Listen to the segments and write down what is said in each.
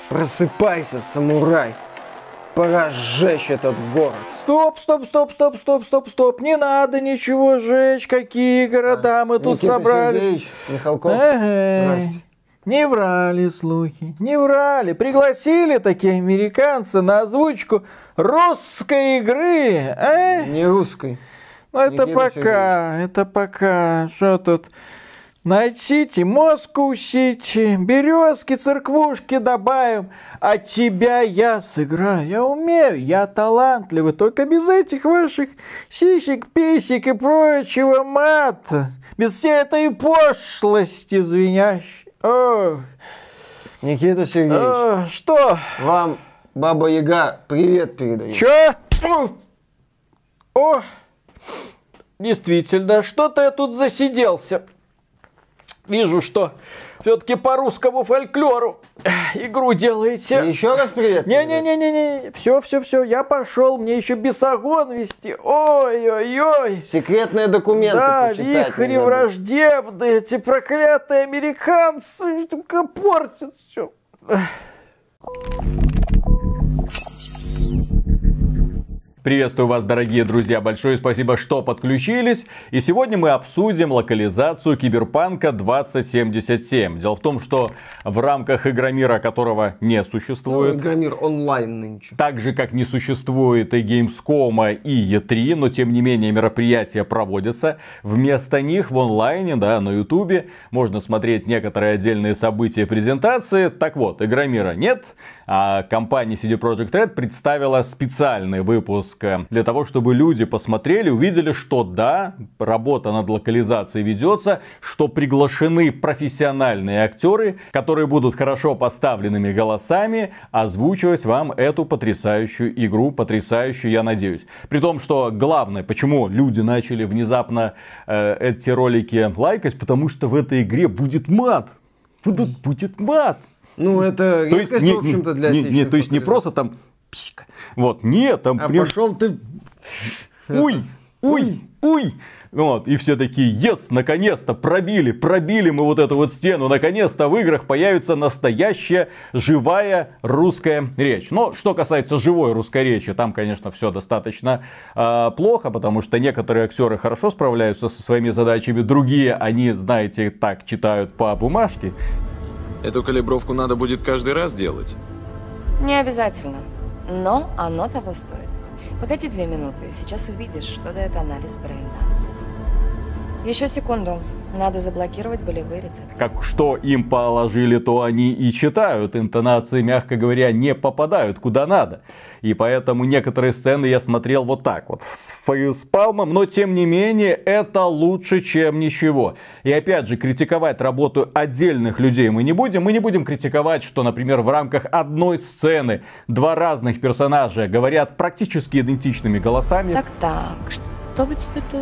Просыпайся, самурай. Пора сжечь этот город. Стоп. Не надо ничего жечь. Какие города мы тут Никита собрались. Сергеевич, Михалков. Ага. Здрасте. Не врали слухи, не врали. Пригласили такие американцы на озвучку русской игры. Не русской. Ну это Никита пока. Что тут? Найт-Сити, Москоу-Сити, Березки, Церквушки добавим. А тебя я сыграю. Я умею, я талантливый. Только без этих ваших сисек, писек и прочего мата. Без всей этой пошлости звенящей. О, Никита Сергеевич, что? вам Баба Яга привет передает. Чё? О, действительно, что-то я тут засиделся. Вижу, что все-таки по русскому фольклору игру делаете. Еще раз привет. Не, все, я пошел, мне еще бесогон вести. Ой. Секретные документы Да, почитать не вихри забудь. враждебные, эти проклятые американцы, только портят все. Приветствую вас, дорогие друзья, большое спасибо, что подключились. И сегодня мы обсудим локализацию Киберпанка 2077. Дело в том, что в рамках Игромира, которого не существует, Игромир онлайн нынче. так же, как не существует и Gamescom, и E3, но тем не менее мероприятия проводятся. Вместо них в онлайне, да, на Ютубе можно смотреть некоторые отдельные события и презентации. Так вот, Игромира нет, а компания CD Projekt Red представила специальный выпуск для того, чтобы люди посмотрели, увидели, что да, работа над локализацией ведется, что приглашены профессиональные актеры, которые будут хорошо поставленными голосами озвучивать вам эту потрясающую игру, потрясающую, я надеюсь. При том, что главное, почему люди начали внезапно эти ролики лайкать, потому что в этой игре будет мат. Будет мат. Ну, это редкость, в общем-то, для то есть не просто там писька. Вот, нет, там прям... пошел ты... Уй. Вот, и все такие, yes, наконец-то, пробили мы вот эту вот стену, наконец-то в играх появится настоящая живая русская речь. Но что касается живой русской речи, там, конечно, все достаточно плохо, потому что некоторые актеры хорошо справляются со своими задачами, другие, они, знаете, так читают по бумажке. Эту калибровку надо будет каждый раз делать. Не обязательно, но оно того стоит. Погоди 2 минуты, сейчас увидишь, что дает анализ брейнданса. Еще секунду, надо заблокировать болевые рецепторы. Как что им положили, то они и читают. Интонации, мягко говоря, не попадают куда надо. И поэтому некоторые сцены я смотрел вот так вот, с фейспалмом, но тем не менее это лучше, чем ничего. И опять же, критиковать работу отдельных людей мы не будем. Мы не будем критиковать, что, например, в рамках одной сцены 2 разных персонажа говорят практически идентичными голосами. Так, что бы тебе тут...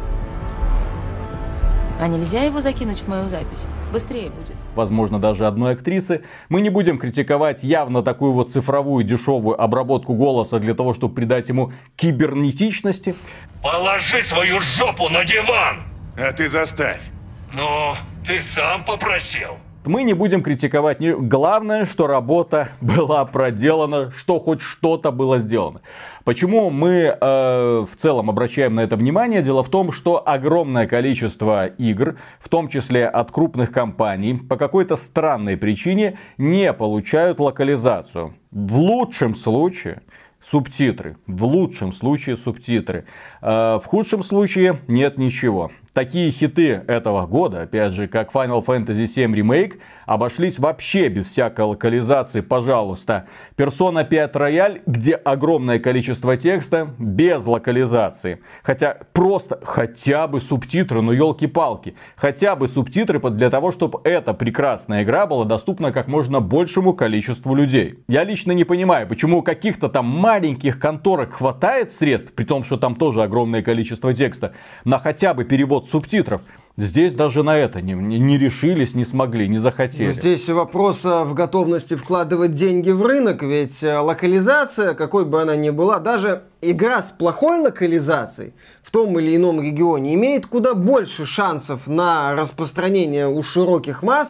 А нельзя его закинуть в мою запись? Быстрее будет. Возможно, даже одной актрисы. Мы не будем критиковать явно такую вот цифровую дешевую обработку голоса для того, чтобы придать ему кибернетичности. Положи свою жопу на диван! А ты заставь. Ну, ты сам попросил. Мы не будем критиковать. Главное, что работа была проделана, что хоть что-то было сделано. Почему мы в целом обращаем на это внимание? Дело в том, что огромное количество игр, в том числе от крупных компаний, по какой-то странной причине не получают локализацию. В лучшем случае субтитры. В лучшем случае субтитры. В худшем случае нет ничего. Такие хиты этого года, опять же, как Final Fantasy VII Remake, обошлись вообще без всякой локализации, пожалуйста. Persona 5 Royal, где огромное количество текста, без локализации. Хотя бы субтитры, ну елки-палки. Хотя бы субтитры для того, чтобы эта прекрасная игра была доступна как можно большему количеству людей. Я лично не понимаю, почему у каких-то там маленьких конторок хватает средств, при том, что там тоже огромное количество текста, на хотя бы перевод субтитров. Здесь даже на это не решились, не смогли, не захотели. Но здесь вопрос в готовности вкладывать деньги в рынок, ведь локализация, какой бы она ни была, даже игра с плохой локализацией в том или ином регионе имеет куда больше шансов на распространение у широких масс,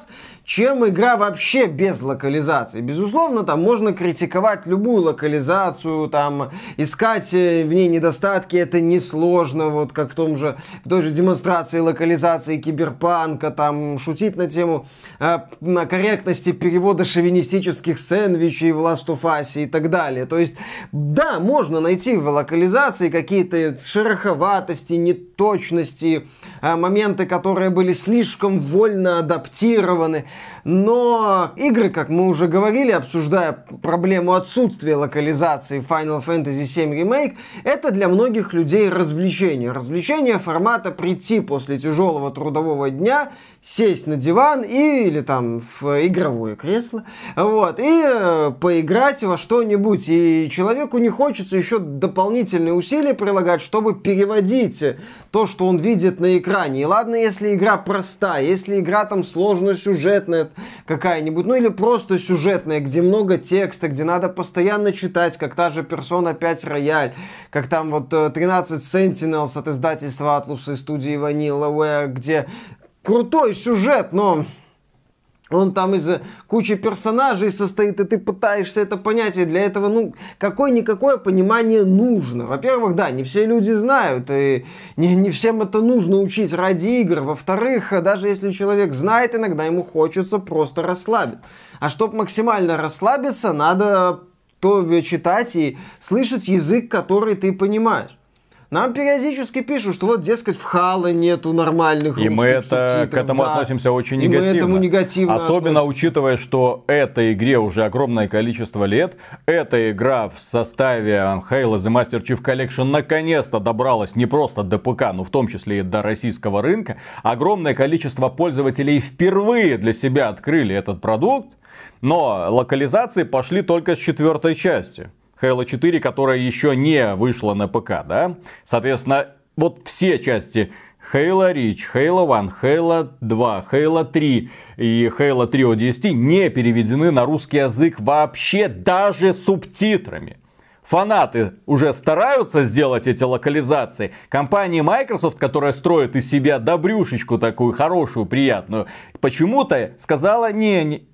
чем игра вообще без локализации. Безусловно, там можно критиковать любую локализацию, там искать в ней недостатки, это несложно, вот как в той же демонстрации локализации Киберпанка, там шутить на тему корректности перевода шовинистических сэндвичей в Last of Us и так далее. То есть, да, можно найти в локализации какие-то шероховатости, неточности, моменты, которые были слишком вольно адаптированы. Но игры, как мы уже говорили, обсуждая проблему отсутствия локализации Final Fantasy VII Remake, это для многих людей развлечение. Развлечение формата прийти после тяжелого трудового дня, сесть на диван или там в игровое кресло, вот, и поиграть во что-нибудь. И человеку не хочется еще дополнительные усилия прилагать, чтобы переводить то, что он видит на экране. И ладно, если игра простая, если игра там сложно-сюжетная какая-нибудь, ну или просто сюжетная, где много текста, где надо постоянно читать, как та же Persona 5 Royal, как там вот 13 Sentinels от издательства Atlus и студии Vanillaware, где крутой сюжет, но он там из кучи персонажей состоит, и ты пытаешься это понять, и для этого, ну, какое-никакое понимание нужно. Во-первых, да, не все люди знают, и не всем это нужно учить ради игр. Во-вторых, даже если человек знает, иногда ему хочется просто расслабиться. А чтобы максимально расслабиться, надо то читать и слышать язык, который ты понимаешь. Нам периодически пишут, что вот, дескать, в Halo нету нормальных русских субтитров. И мы к этому относимся очень и негативно. Мы этому негативно Особенно относимся. Учитывая, что этой игре уже огромное количество лет. Эта игра в составе Halo The Master Chief Collection наконец-то добралась не просто до ПК, но в том числе и до российского рынка. Огромное количество пользователей впервые для себя открыли этот продукт. Но локализации пошли только с 4-й части. Halo 4, которая еще не вышла на ПК, да? Соответственно, вот все части Halo Reach, Halo 1, Halo 2, Halo 3 и Halo 3 ODST не переведены на русский язык вообще, даже субтитрами. Фанаты уже стараются сделать эти локализации. Компания Microsoft, которая строит из себя добрюшечку такую хорошую, приятную, почему-то сказала, нет,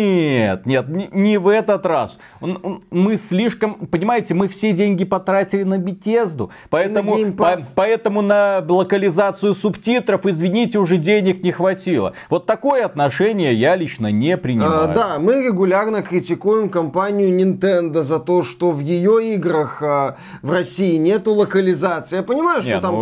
не в этот раз. Мы слишком, понимаете, мы все деньги потратили на Bethesda, поэтому на локализацию субтитров, извините, уже денег не хватило. Вот такое отношение я лично не принимаю. Да, мы регулярно критикуем компанию Nintendo за то, что в ее играх в России нету локализации. Я понимаю, что там...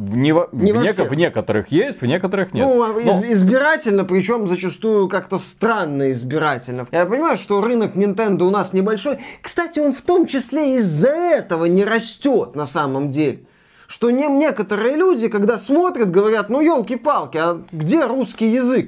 В некоторых есть, в некоторых нет. Избирательно, причем зачастую как-то странно избирательно. Я понимаю, что рынок Nintendo у нас небольшой. Кстати, он в том числе из-за этого не растет на самом деле. Что некоторые люди, когда смотрят, говорят, ну елки-палки, а где русский язык?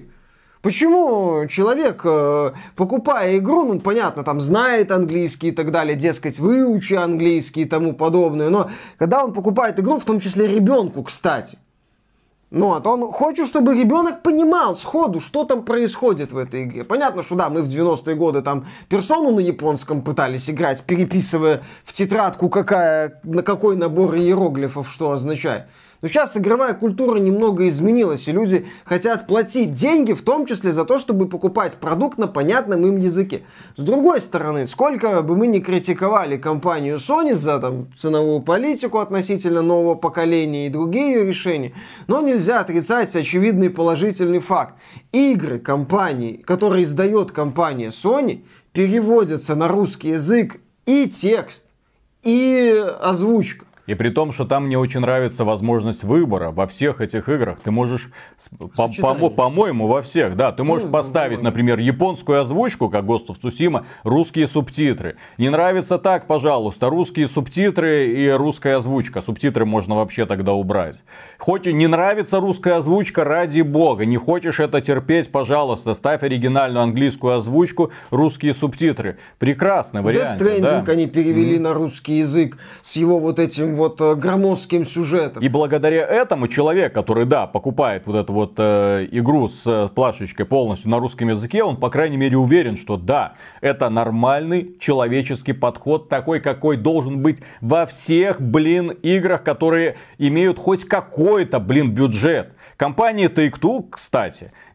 Почему человек, покупая игру, ну, понятно, там, знает английский и так далее, дескать, выучи английский и тому подобное, но когда он покупает игру, в том числе ребенку, кстати, ну, вот он хочет, чтобы ребенок понимал сходу, что там происходит в этой игре. Понятно, что да, мы в 90-е годы там персону на японском пытались играть, переписывая в тетрадку, на какой набор иероглифов что означает. Но сейчас игровая культура немного изменилась, и люди хотят платить деньги, в том числе за то, чтобы покупать продукт на понятном им языке. С другой стороны, сколько бы мы ни критиковали компанию Sony за там, ценовую политику относительно нового поколения и другие ее решения, но нельзя отрицать очевидный положительный факт. Игры компании, которые издает компания Sony, переводятся на русский язык и текст, и озвучка. И при том, что там мне очень нравится возможность выбора во всех этих играх. Ты можешь, по-моему, во всех, да, ты можешь поставить, например, японскую озвучку, как Ghost of Tsushima, русские субтитры. Не нравится так, пожалуйста, русские субтитры и русская озвучка. Субтитры можно вообще тогда убрать. Не нравится русская озвучка, ради бога. Не хочешь это терпеть, пожалуйста, ставь оригинальную английскую озвучку, русские субтитры. Прекрасный вариант. Death Stranding они перевели на русский язык с его вот этим вот громоздким сюжетом. И благодаря этому человек, который, да, покупает вот эту вот игру с плашечкой полностью на русском языке, он, по крайней мере, уверен, что да, это нормальный человеческий подход, такой, какой должен быть во всех, играх, которые имеют хоть какой-то, бюджет. Компания Take-Two, кстати,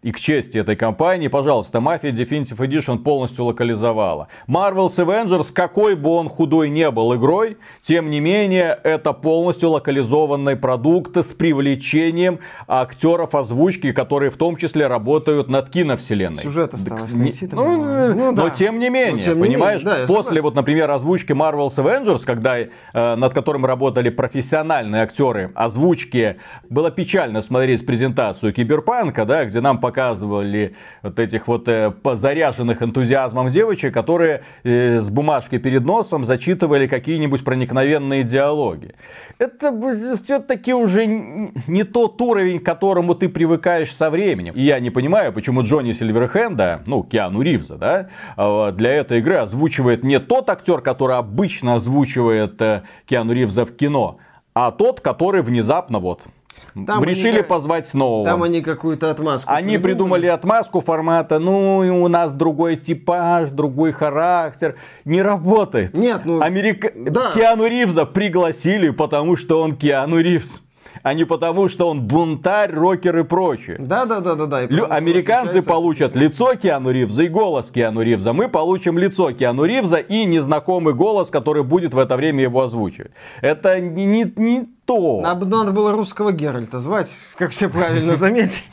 И к чести этой компании, пожалуйста, Mafia Definitive Edition полностью локализовала. Marvel's Avengers, какой бы он худой не был игрой, тем не менее, это полностью локализованный продукт с привлечением актеров озвучки, которые в том числе работают над киновселенной. Сюжет осталось найти. Но тем не менее, понимаешь, после, вот, например, озвучки Marvel's Avengers, когда над которым работали профессиональные актеры озвучки, было печально смотреть презентацию Киберпанка, да, где нам показывали вот этих вот заряженных энтузиазмом девочек, которые с бумажкой перед носом зачитывали какие-нибудь проникновенные диалоги. Это все-таки уже не тот уровень, к которому ты привыкаешь со временем. И я не понимаю, почему Джонни Сильверхенда, ну, Киану Ривза, да, для этой игры озвучивает не тот актер, который обычно озвучивает Киану Ривза в кино, а тот, который внезапно вот... Там решили позвать нового. Там они какую-то отмазку придумали отмазку формата, ну, у нас другой типаж, другой характер. Не работает. Нет, ну... Да. Киану Ривза пригласили, потому что он Киану Ривз. А не потому, что он бунтарь, рокер и прочее. Да. Американцы получат лицо Киану Ривза и голос Киану Ривза. Мы получим лицо Киану Ривза и незнакомый голос, который будет в это время его озвучивать. Это не то. Надо было русского Геральта звать, как все правильно заметили.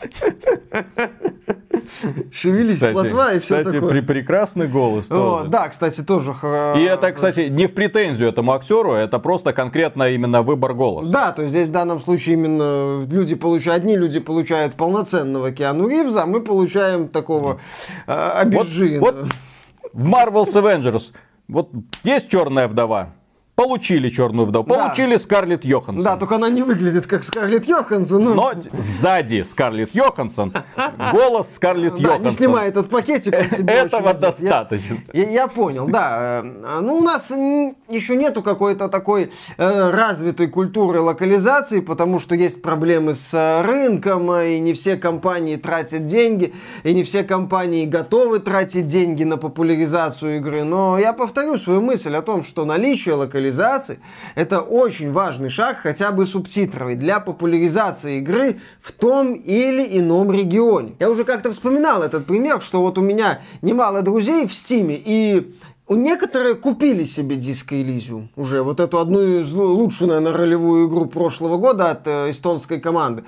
Шевелись плотва и все такое. Кстати, прекрасный голос тоже. Да, кстати, тоже. И это, кстати, не в претензию этому актеру, это просто конкретно именно выбор голоса. Да, то есть здесь в данном случае именно одни люди получают полноценного Киану Ривза, а мы получаем такого обезжиренного. Вот в Marvel's Avengers вот есть черная вдова. Получили черную вдову, получили Скарлетт Йоханссон. Да, только она не выглядит как Скарлетт Йоханссон. Но сзади Скарлетт Йоханссон, голос Скарлетт Йоханссон. Не снимай этот пакетик. Этого достаточно. Я понял, да. Ну, у нас еще нету какой-то такой развитой культуры локализации, потому что есть проблемы с рынком, и не все компании тратят деньги, и не все компании готовы тратить деньги на популяризацию игры. Но я повторю свою мысль о том, что наличие локализации это очень важный шаг, хотя бы субтитровый, для популяризации игры в том или ином регионе. Я уже как-то вспоминал этот пример, что вот у меня немало друзей в Стиме, и некоторые купили себе Disco Elysium уже, вот эту одну из лучшую, наверное, ролевую игру прошлого года от эстонской команды,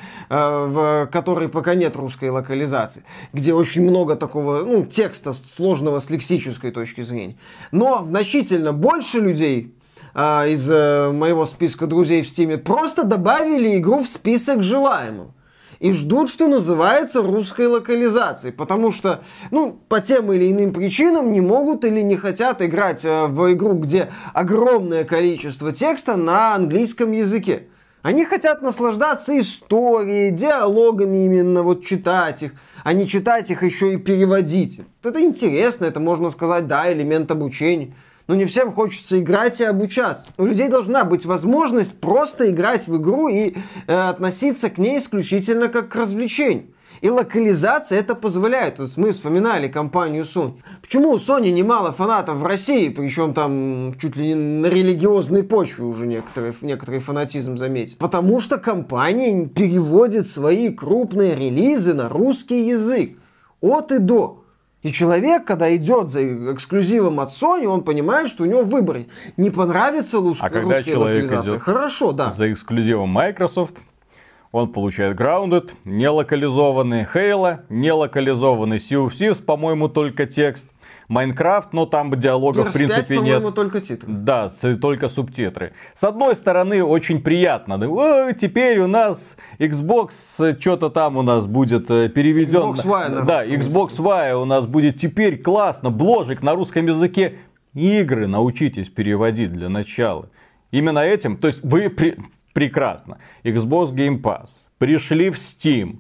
в которой пока нет русской локализации, где очень много такого, текста сложного с лексической точки зрения. Но значительно больше людей из моего списка друзей в Стиме просто добавили игру в список желаемых. И ждут, что называется, русской локализацией. Потому что, по тем или иным причинам не могут или не хотят играть в игру, где огромное количество текста на английском языке. Они хотят наслаждаться историей, диалогами именно, вот читать их, а не читать их еще и переводить. Это интересно, это, можно сказать, да, элемент обучения. Но не всем хочется играть и обучаться. У людей должна быть возможность просто играть в игру и относиться к ней исключительно как к развлечению. И локализация это позволяет. То есть мы вспоминали компанию Sony. Почему у Sony немало фанатов в России, причем там чуть ли не на религиозной почве уже некоторый фанатизм заметил? Потому что компания переводит свои крупные релизы на русский язык. От и до. И человек, когда идет за эксклюзивом от Sony, он понимает, что у него выбор. Не понравится русская локализация. Хорошо, да. За эксклюзивом Microsoft, он получает Grounded, не локализованный, Halo, не локализованный, Sea of Thieves, по-моему, только текст. Майнкрафт, но там диалогов в принципе 5, нет. Только титры. Да, только субтитры. С одной стороны, очень приятно. Теперь у нас Xbox, что-то там у нас будет переведен. Xbox Y, да, Xbox Y у нас будет теперь классно. Бложик на русском языке. Игры научитесь переводить для начала. Именно этим, то есть вы прекрасно. Xbox Game Pass. Пришли в Steam.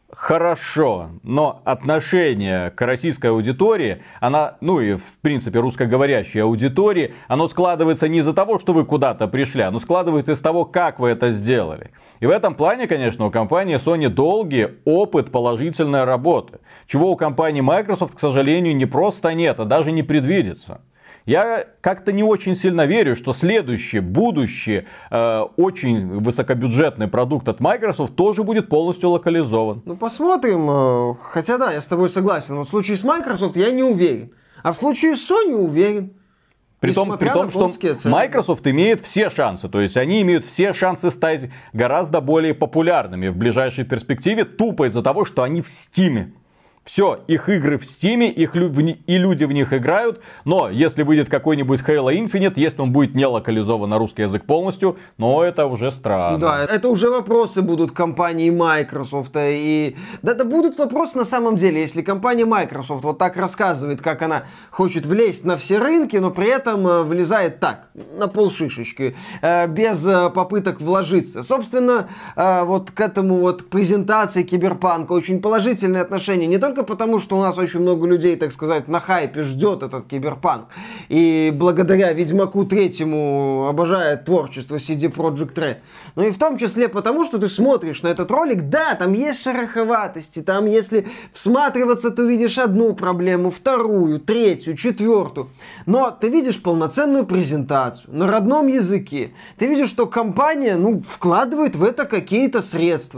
Хорошо, но отношение к российской аудитории, она, и в принципе русскоговорящей аудитории, оно складывается не из-за того, что вы куда-то пришли, оно складывается из того, как вы это сделали. И в этом плане, конечно, у компании Sony долгий опыт положительной работы, чего у компании Microsoft, к сожалению, не просто нет, а даже не предвидится. Я как-то не очень сильно верю, что следующий, будущий, очень высокобюджетный продукт от Microsoft тоже будет полностью локализован. Ну, посмотрим. Хотя да, я с тобой согласен. Но в случае с Microsoft я не уверен. А в случае с Sony уверен. При том, что Microsoft имеет все шансы. То есть они имеют все шансы стать гораздо более популярными в ближайшей перспективе. Тупо из-за того, что они в Steam. Все, их игры в Стиме, и люди в них играют, но если выйдет какой-нибудь Halo Infinite, если он будет не локализован на русский язык полностью, но это уже странно. Да, это уже вопросы будут компании Microsoft. И да, будут вопросы на самом деле, если компания Microsoft вот так рассказывает, как она хочет влезть на все рынки, но при этом влезает так, на полшишечки, без попыток вложиться. Собственно, вот к этому вот презентации Киберпанка очень положительное отношение, не только потому, что у нас очень много людей, так сказать, на хайпе ждет этот Киберпанк. И благодаря Ведьмаку 3 обожает творчество CD Projekt Red. Но и в том числе потому, что ты смотришь на этот ролик, да, там есть шероховатости, там если всматриваться, ты увидишь одну проблему, вторую, третью, четвертую. Но ты видишь полноценную презентацию на родном языке. Ты видишь, что компания, вкладывает в это какие-то средства.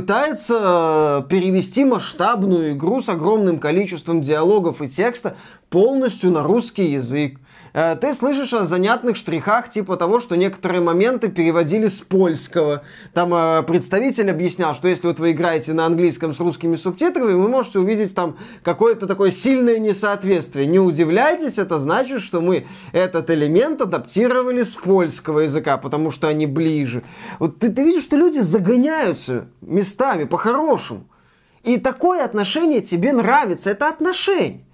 Пытается перевести масштабную игру с огромным количеством диалогов и текста полностью на русский язык. Ты слышишь о занятных штрихах типа того, что некоторые моменты переводили с польского. Там представитель объяснял, что если вот вы играете на английском с русскими субтитрами, вы можете увидеть там какое-то такое сильное несоответствие. Не удивляйтесь, это значит, что мы этот элемент адаптировали с польского языка, потому что они ближе. Вот ты видишь, что люди загоняются местами по-хорошему. И такое отношение тебе нравится. Это отношение.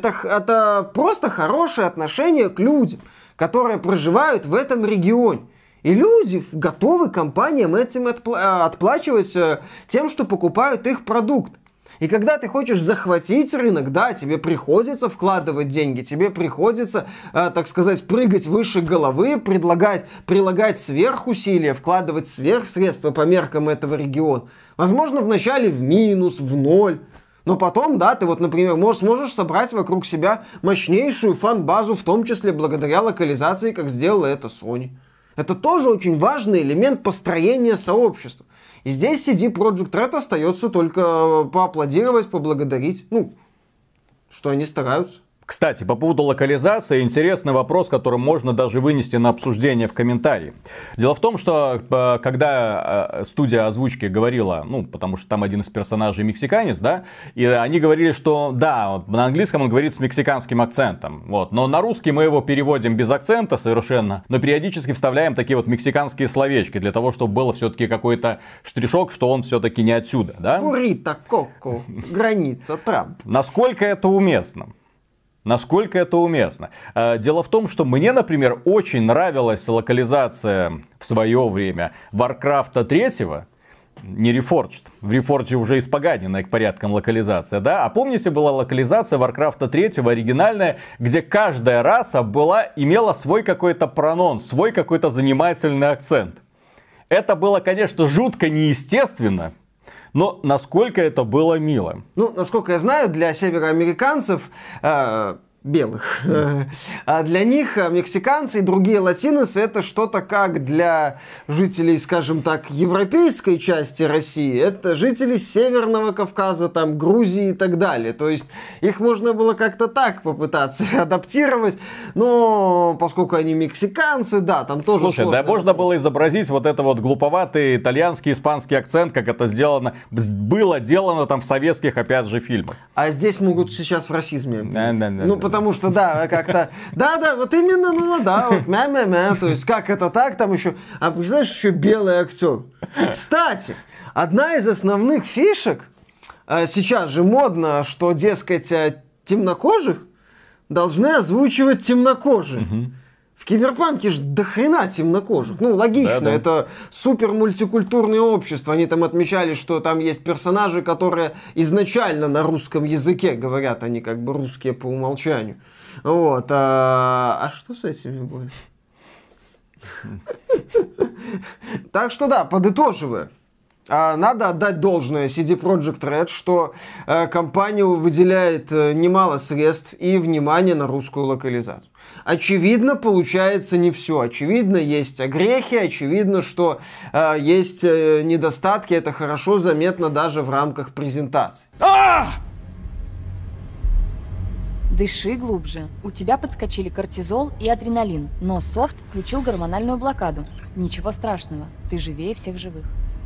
Это просто хорошее отношение к людям, которые проживают в этом регионе. И люди готовы компаниям этим отплачивать тем, что покупают их продукт. И когда ты хочешь захватить рынок, да, тебе приходится вкладывать деньги, тебе приходится, так сказать, прыгать выше головы, прилагать сверхусилия, вкладывать сверхсредства по меркам этого региона. Возможно, вначале в минус, в ноль. Но потом, да, ты вот, например, сможешь собрать вокруг себя мощнейшую фан-базу, в том числе благодаря локализации, как сделала это Sony. Это тоже очень важный элемент построения сообщества. И здесь CD Projekt Red остается только поаплодировать, поблагодарить. Что они стараются. Кстати, по поводу локализации, интересный вопрос, который можно даже вынести на обсуждение в комментарии. Дело в том, что когда студия озвучки говорила, потому что там один из персонажей мексиканец, да, и они говорили, что да, на английском он говорит с мексиканским акцентом, но на русский мы его переводим без акцента совершенно, но периодически вставляем такие вот мексиканские словечки для того, чтобы было все-таки какой-то штришок, что он все-таки не отсюда, да? Бурита, коко, граница, Трамп. Насколько это уместно? Насколько это уместно? Дело в том, что мне, например, очень нравилась локализация в свое время Warcraft 3, не Reforged. В Reforged уже испоганенная к порядкам локализация, да? А помните, была локализация Warcraft 3 оригинальная, где каждая раса имела свой какой-то прононс, свой какой-то занимательный акцент. Это было, конечно, жутко неестественно. Но насколько это было мило. Насколько я знаю, для североамериканцев, белых, а для них мексиканцы и другие латиносы это что-то как для жителей, скажем так, европейской части России. Это жители Северного Кавказа, там, Грузии и так далее. То есть их можно было как-то так попытаться адаптировать. Но поскольку они мексиканцы, да, там тоже Слушай, сложно. Да можно было изобразить вот это вот глуповатый итальянский, испанский акцент, как это было делано там в советских, опять же, фильмах. А здесь могут сейчас в расизме обвинить. Да. Потому что, да, как-то... Да, вот именно, вот мя-мя-мя. То есть, как это так, там еще... А представляешь, еще белый актер. Кстати, одна из основных фишек, сейчас же модно, что, дескать, темнокожих должны озвучивать темнокожие. В Киберпанке же до хрена темнокожих. Логично, да. Это супер мультикультурное общество. Они там отмечали, что там есть персонажи, которые изначально на русском языке говорят. Они как бы русские по умолчанию. Вот. А что с этими будет? Так что да, подытоживая. Надо отдать должное CD Projekt Red, что компания выделяет немало средств и внимания на русскую локализацию. Очевидно, получается не все. Очевидно, есть огрехи, очевидно, что есть недостатки. Это хорошо заметно даже в рамках презентации. Дыши глубже. У тебя подскочили кортизол и адреналин, но софт включил гормональную блокаду. Ничего страшного, ты живее всех живых.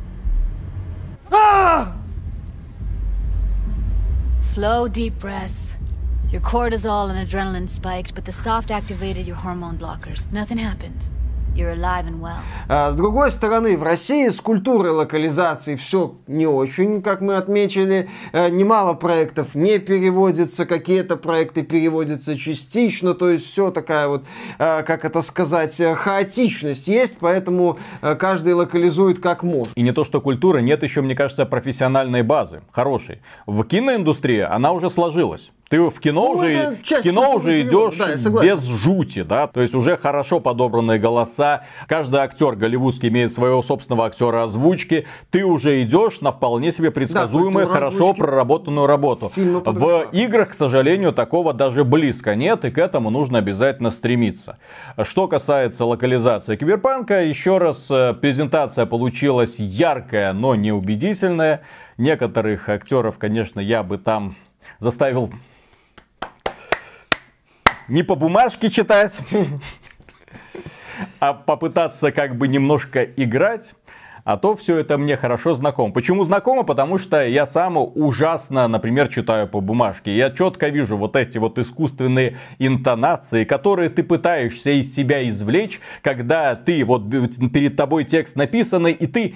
Slow, deep breaths. Your cortisol and adrenaline spiked, but the soft activated your hormone blockers. Nothing happened. You're alive and well. С другой стороны, в России с культурой локализации все не очень, как мы отметили. Немало проектов не переводится, какие-то проекты переводятся частично, то есть все такая вот, как это сказать, хаотичность есть, поэтому каждый локализует как может. И не то, что культура, нет еще, мне кажется, профессиональной базы, хорошей. В киноиндустрии она уже сложилась. Ты в кино уже идешь без жути, да, то есть уже хорошо подобранные голоса, каждый актер голливудский имеет своего собственного актера озвучки, ты уже идешь на вполне себе предсказуемую, хорошо проработанную работу. В играх, к сожалению, такого даже близко нет, и к этому нужно обязательно стремиться. Что касается локализации Киберпанка, еще раз, презентация получилась яркая, но неубедительная. Некоторых актеров, конечно, я бы там заставил не по бумажке читать, а попытаться как бы немножко играть. А то все это мне хорошо знакомо. Почему знакомо? Потому что я сам ужасно, например, читаю по бумажке. Я четко вижу вот эти вот искусственные интонации, которые ты пытаешься из себя извлечь, когда ты вот перед тобой текст написанный, и ты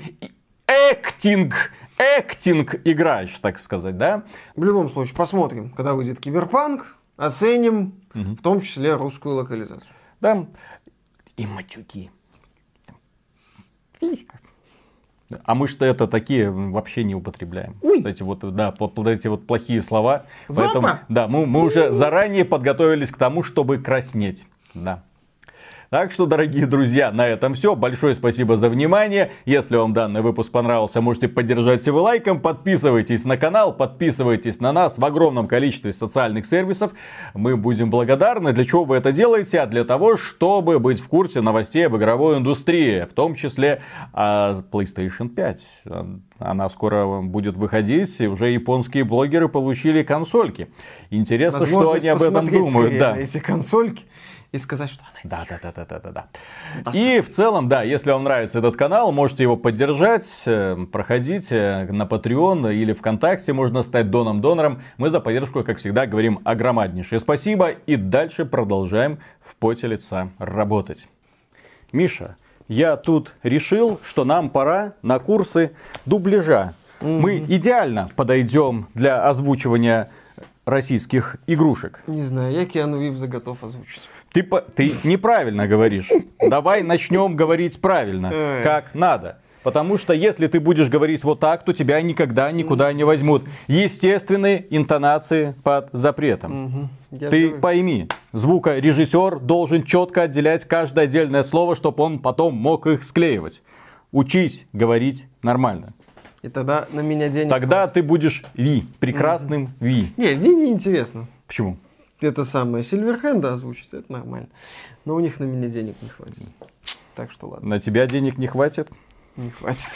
актинг играешь, так сказать, да? В любом случае, посмотрим, когда выйдет Киберпанк, оценим, в том числе русскую локализацию. Да, и матюки. А мы что это такие вообще не употребляем. Вот эти вот, да, эти вот плохие слова. Поэтому, да, мы уже заранее подготовились к тому, чтобы краснеть. Да. Так что, дорогие друзья, на этом все. Большое спасибо за внимание. Если вам данный выпуск понравился, можете поддержать его лайком. Подписывайтесь на канал, подписывайтесь на нас в огромном количестве социальных сервисов. Мы будем благодарны. Для чего вы это делаете? А для того, чтобы быть в курсе новостей об игровой индустрии. В том числе PlayStation 5. Она скоро будет выходить. И уже японские блогеры получили консольки. Интересно, что они об этом думают. Да. Эти консольки. И сказать, что она Да. И в целом, да, если вам нравится этот канал, можете его поддержать. Проходите на Patreon или ВКонтакте, можно стать донором. Мы за поддержку, как всегда, говорим огромнейшее спасибо. И дальше продолжаем в поте лица работать. Миша, я тут решил, что нам пора на курсы дубляжа. Мы идеально подойдем для озвучивания российских игрушек. Не знаю, я Киану Ривза готов озвучить. Ты неправильно говоришь. Давай начнем говорить правильно, как надо. Потому что если ты будешь говорить вот так, то тебя никогда никуда не возьмут. Естественные интонации под запретом. Ты пойми, звукорежиссер должен четко отделять каждое отдельное слово, чтобы он потом мог их склеивать. Учись говорить нормально. И тогда на меня денег Тогда хватит. ты будешь прекрасным Ви. Не, Ви не интересно. Почему? Это самое, Сильверхенда озвучить, это нормально. Но у них на меня денег не хватит. Так что ладно. На тебя денег не хватит? Не хватит.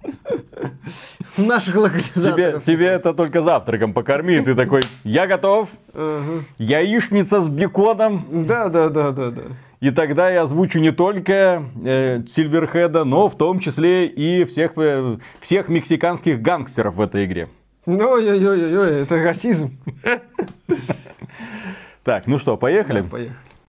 Наших локализаторов. Тебе это только завтраком покорми. Ты такой, я готов. Яичница с беконом. Да. И тогда я озвучу не только Сильверхеда, но в том числе и всех мексиканских гангстеров в этой игре. Ой-ой-ой, это расизм. Так, ну что, поехали? Да, поехали.